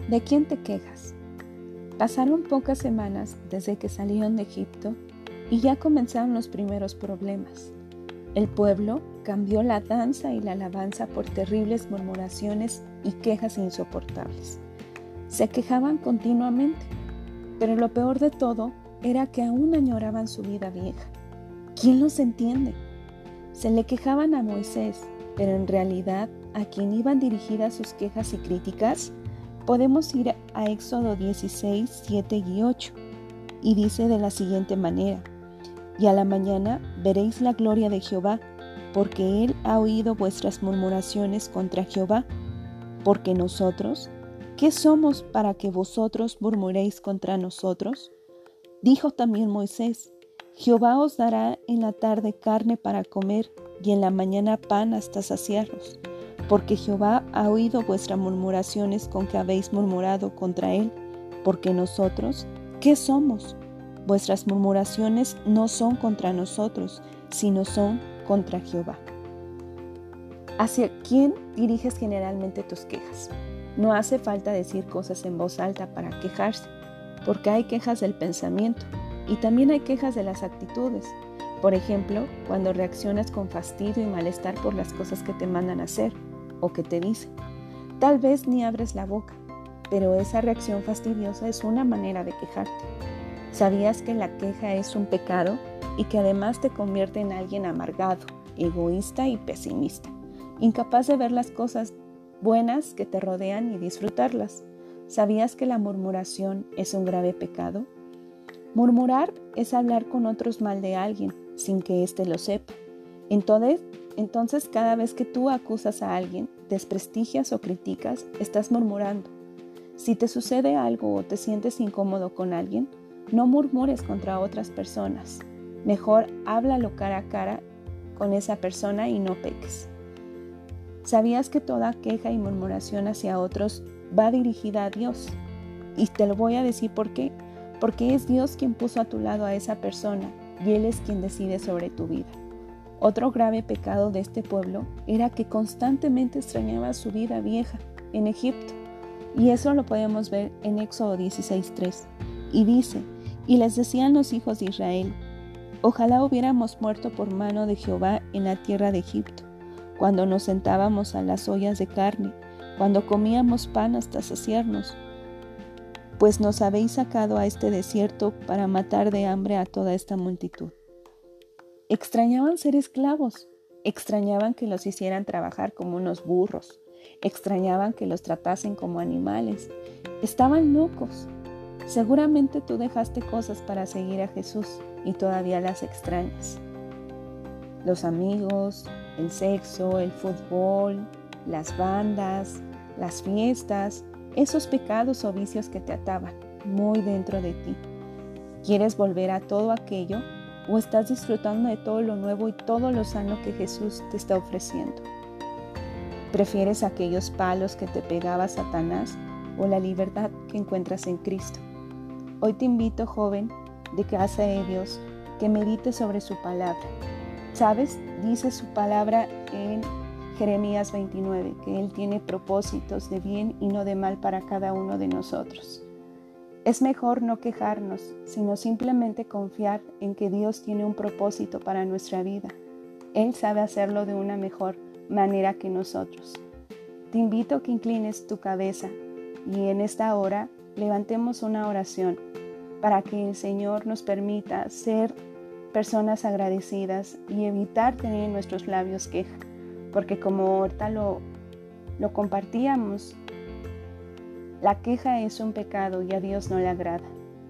¿De quién te quejas? Pasaron pocas semanas desde que salieron de Egipto y ya comenzaron los primeros problemas. El pueblo cambió la danza y la alabanza por terribles murmuraciones y quejas insoportables. Se quejaban continuamente, pero lo peor de todo era que aún añoraban su vida vieja. ¿Quién los entiende? Se le quejaban a Moisés, pero en realidad a quien iban dirigidas sus quejas y críticas, podemos ir a Éxodo 16, 7 y 8, y dice de la siguiente manera: y a la mañana veréis la gloria de Jehová, porque él ha oído vuestras murmuraciones contra Jehová. Porque nosotros, ¿qué somos para que vosotros murmuréis contra nosotros? Dijo también Moisés: Jehová os dará en la tarde carne para comer, y en la mañana pan hasta saciarlos. Porque Jehová ha oído vuestras murmuraciones con que habéis murmurado contra él. Porque nosotros, ¿qué somos? Vuestras murmuraciones no son contra nosotros, sino son contra Jehová. ¿Hacia quién diriges generalmente tus quejas? No hace falta decir cosas en voz alta para quejarse, porque hay quejas del pensamiento y también hay quejas de las actitudes. Por ejemplo, cuando reaccionas con fastidio y malestar por las cosas que te mandan a hacer o que te dicen. Tal vez ni abres la boca, pero esa reacción fastidiosa es una manera de quejarte. ¿Sabías que la queja es un pecado y que además te convierte en alguien amargado, egoísta y pesimista, incapaz de ver las cosas buenas que te rodean y disfrutarlas? ¿Sabías que la murmuración es un grave pecado? Murmurar es hablar con otros mal de alguien sin que éste lo sepa. Entonces, cada vez que tú acusas a alguien, desprestigias o criticas, estás murmurando. Si te sucede algo o te sientes incómodo con alguien, no murmures contra otras personas. Mejor háblalo cara a cara con esa persona y no peques. ¿Sabías que toda queja y murmuración hacia otros va dirigida a Dios? Y te lo voy a decir por qué. Porque es Dios quien puso a tu lado a esa persona y Él es quien decide sobre tu vida. Otro grave pecado de este pueblo era que constantemente extrañaba su vida vieja en Egipto. Y eso lo podemos ver en Éxodo 16:3. Y dice: y les decían los hijos de Israel: ojalá hubiéramos muerto por mano de Jehová en la tierra de Egipto, cuando nos sentábamos a las ollas de carne, cuando comíamos pan hasta saciarnos, pues nos habéis sacado a este desierto para matar de hambre a toda esta multitud. Extrañaban ser esclavos, extrañaban que los hicieran trabajar como unos burros, extrañaban que los tratasen como animales, estaban locos. Seguramente tú dejaste cosas para seguir a Jesús y todavía las extrañas. Los amigos, el sexo, el fútbol, las bandas, las fiestas, esos pecados o vicios que te ataban muy dentro de ti. ¿Quieres volver a todo aquello o estás disfrutando de todo lo nuevo y todo lo sano que Jesús te está ofreciendo? ¿Prefieres aquellos palos que te pegaba Satanás o la libertad que encuentras en Cristo? Hoy te invito, joven de casa de Dios, que medites sobre su palabra. ¿Sabes? Dice su palabra en Jeremías 29, que Él tiene propósitos de bien y no de mal para cada uno de nosotros. Es mejor no quejarnos, sino simplemente confiar en que Dios tiene un propósito para nuestra vida. Él sabe hacerlo de una mejor manera que nosotros. Te invito a que inclines tu cabeza y en esta hora levantemos una oración para que el Señor nos permita ser personas agradecidas y evitar tener en nuestros labios queja. Porque como ahorita lo compartíamos, la queja es un pecado y a Dios no le agrada.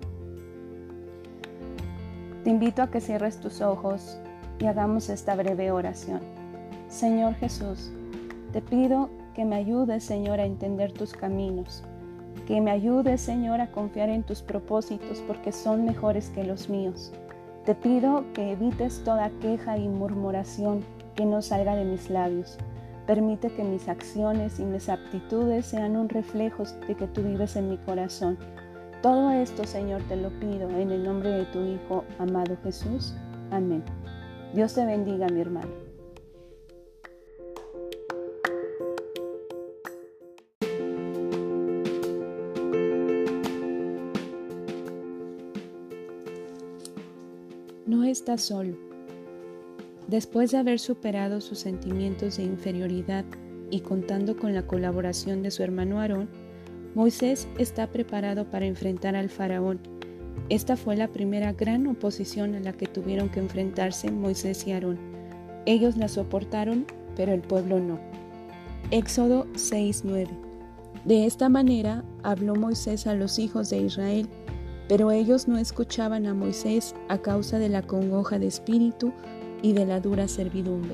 Te invito a que cierres tus ojos y hagamos esta breve oración. Señor Jesús, te pido que me ayudes, Señor, a entender tus caminos. Que me ayudes, Señor, a confiar en tus propósitos porque son mejores que los míos. Te pido que evites toda queja y murmuración que no salga de mis labios. Permite que mis acciones y mis aptitudes sean un reflejo de que tú vives en mi corazón. Todo esto, Señor, te lo pido en el nombre de tu Hijo, amado Jesús. Amén. Dios te bendiga, mi hermano. no está solo. Después de haber superado sus sentimientos de inferioridad y contando con la colaboración de su hermano Aarón, Moisés está preparado para enfrentar al faraón. Esta fue la primera gran oposición a la que tuvieron que enfrentarse Moisés y Aarón. Ellos la soportaron, pero el pueblo no. Éxodo 6:9. De esta manera habló Moisés a los hijos de Israel, pero ellos no escuchaban a Moisés a causa de la congoja de espíritu y de la dura servidumbre.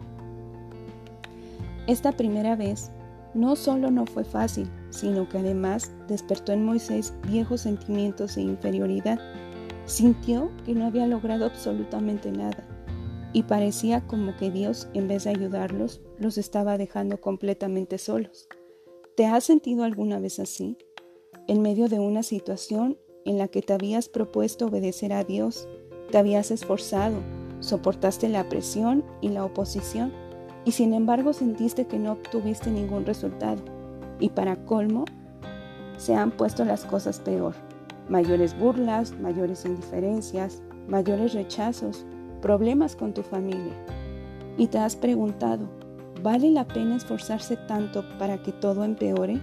Esta primera vez no solo no fue fácil, sino que además despertó en Moisés viejos sentimientos de inferioridad. Sintió que no había logrado absolutamente nada y parecía como que Dios, en vez de ayudarlos, los estaba dejando completamente solos. ¿Te has sentido alguna vez así? En medio de una situación en la que te habías propuesto obedecer a Dios, te habías esforzado, soportaste la presión y la oposición, y sin embargo sentiste que no obtuviste ningún resultado. Y para colmo, se han puesto las cosas peor. Mayores burlas, mayores indiferencias, mayores rechazos, problemas con tu familia. Y te has preguntado, ¿vale la pena esforzarse tanto para que todo empeore?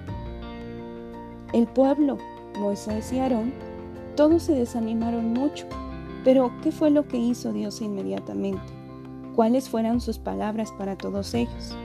El pueblo, Moisés y Aarón, todos se desanimaron mucho. Pero, ¿qué fue lo que hizo Dios inmediatamente? ¿Cuáles fueron sus palabras para todos ellos?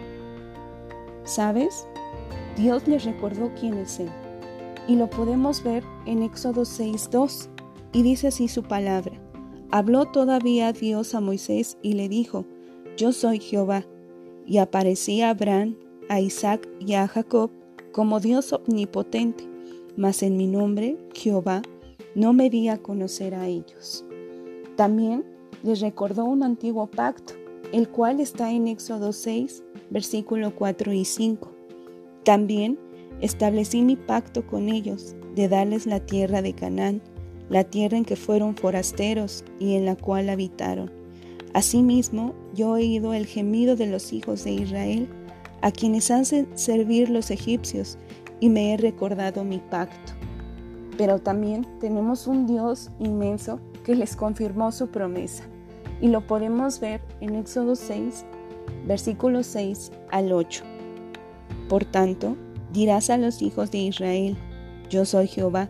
¿Sabes? Dios les recordó quién es Él. Y lo podemos ver en Éxodo 6:2. Y dice así su palabra. Habló todavía Dios a Moisés y le dijo, yo soy Jehová. Y aparecí a Abraham, a Isaac y a Jacob como Dios omnipotente, mas en mi nombre, Jehová, no me di a conocer a ellos. También les recordó un antiguo pacto, el cual está en Éxodo 6, versículo 4 y 5. También establecí mi pacto con ellos, de darles la tierra de Canaán, la tierra en que fueron forasteros y en la cual habitaron. Asimismo, yo he oído el gemido de los hijos de Israel, a quienes hacen servir los egipcios, y me he recordado mi pacto. Pero también tenemos un Dios inmenso que les confirmó su promesa, y lo podemos ver en Éxodo 6, versículos 6 al 8. Por tanto, dirás a los hijos de Israel, yo soy Jehová,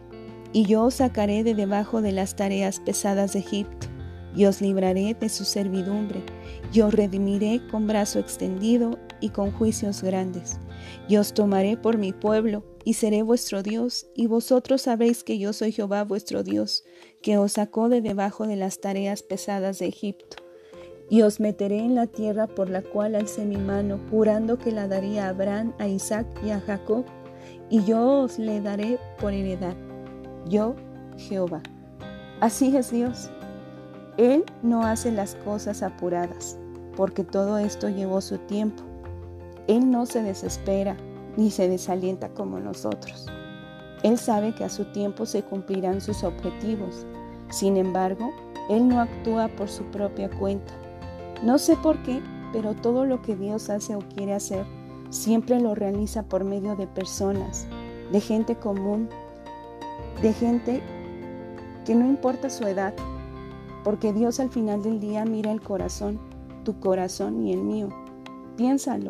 y yo os sacaré de debajo de las tareas pesadas de Egipto, y os libraré de su servidumbre, y os redimiré con brazo extendido y con juicios grandes, y os tomaré por mi pueblo, y seré vuestro Dios, y vosotros sabréis que yo soy Jehová vuestro Dios, que os sacó de debajo de las tareas pesadas de Egipto. Y os meteré en la tierra por la cual alcé mi mano, jurando que la daría a Abraham, a Isaac y a Jacob, y yo os le daré por heredad. Yo, Jehová. Así es Dios. Él no hace las cosas apuradas, porque todo esto llevó su tiempo. Él no se desespera ni se desalienta como nosotros. Él sabe que a su tiempo se cumplirán sus objetivos. Sin embargo, Él no actúa por su propia cuenta. No sé por qué, pero todo lo que Dios hace o quiere hacer, siempre lo realiza por medio de personas, de gente común, de gente que no importa su edad, porque Dios al final del día mira el corazón, tu corazón y el mío. Piénsalo.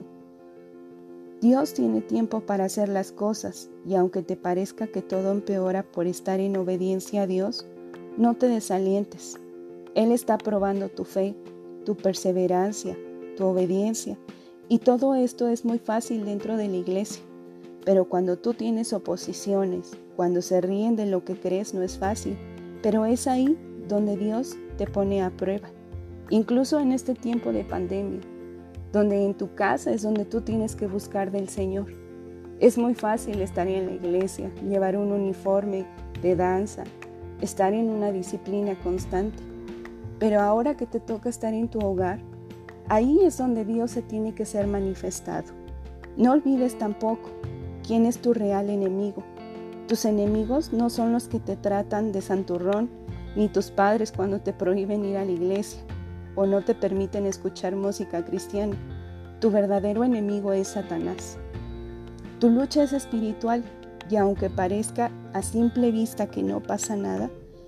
Dios tiene tiempo para hacer las cosas, y aunque te parezca que todo empeora por estar en obediencia a Dios, no te desalientes. Él está probando tu fe, tu perseverancia, tu obediencia, y todo esto es muy fácil dentro de la iglesia. Pero cuando tú tienes oposiciones, cuando se ríen de lo que crees, no es fácil, pero es ahí donde Dios te pone a prueba. Incluso en este tiempo de pandemia, donde en tu casa es donde tú tienes que buscar del Señor. Es muy fácil estar en la iglesia, llevar un uniforme de danza, estar en una disciplina constante. Pero ahora que te toca estar en tu hogar, ahí es donde Dios se tiene que ser manifestado. No olvides tampoco quién es tu real enemigo. Tus enemigos no son los que te tratan de santurrón, ni tus padres cuando te prohíben ir a la iglesia o no te permiten escuchar música cristiana. Tu verdadero enemigo es Satanás. Tu lucha es espiritual, y aunque parezca a simple vista que no pasa nada,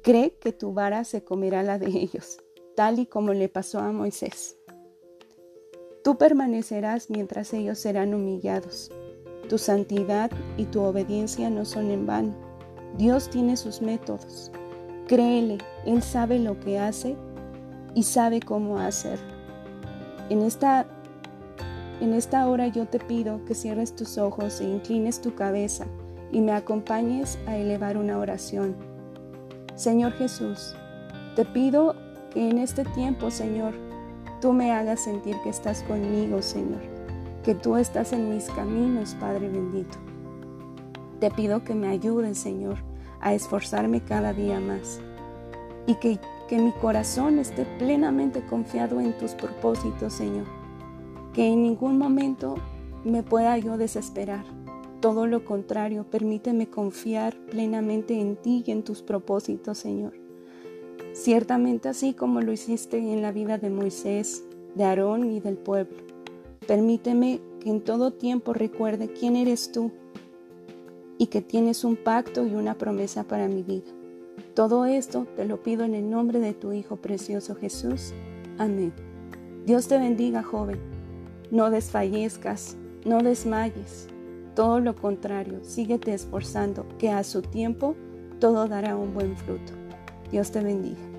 Cree que tu vara se comerá la de ellos, tal y como le pasó a Moisés. Tú permanecerás mientras ellos serán humillados. Tu santidad y tu obediencia no son en vano. Dios tiene sus métodos. Créele, Él sabe lo que hace y sabe cómo hacerlo. En esta hora yo te pido que cierres tus ojos e inclines tu cabeza y me acompañes a elevar una oración. Señor Jesús, te pido que en este tiempo, Señor, tú me hagas sentir que estás conmigo, Señor, que tú estás en mis caminos, Padre bendito. Te pido que me ayudes, Señor, a esforzarme cada día más y que mi corazón esté plenamente confiado en tus propósitos, Señor, que en ningún momento me pueda yo desesperar. Todo lo contrario, permíteme confiar plenamente en ti y en tus propósitos, Señor. Ciertamente así como lo hiciste en la vida de Moisés, de Aarón y del pueblo. Permíteme que en todo tiempo recuerde quién eres tú y que tienes un pacto y una promesa para mi vida. Todo esto te lo pido en el nombre de tu Hijo precioso Jesús. Amén. Dios te bendiga, joven. No desfallezcas, no desmayes. Todo lo contrario, síguete esforzando, que a su tiempo todo dará un buen fruto. Dios te bendiga.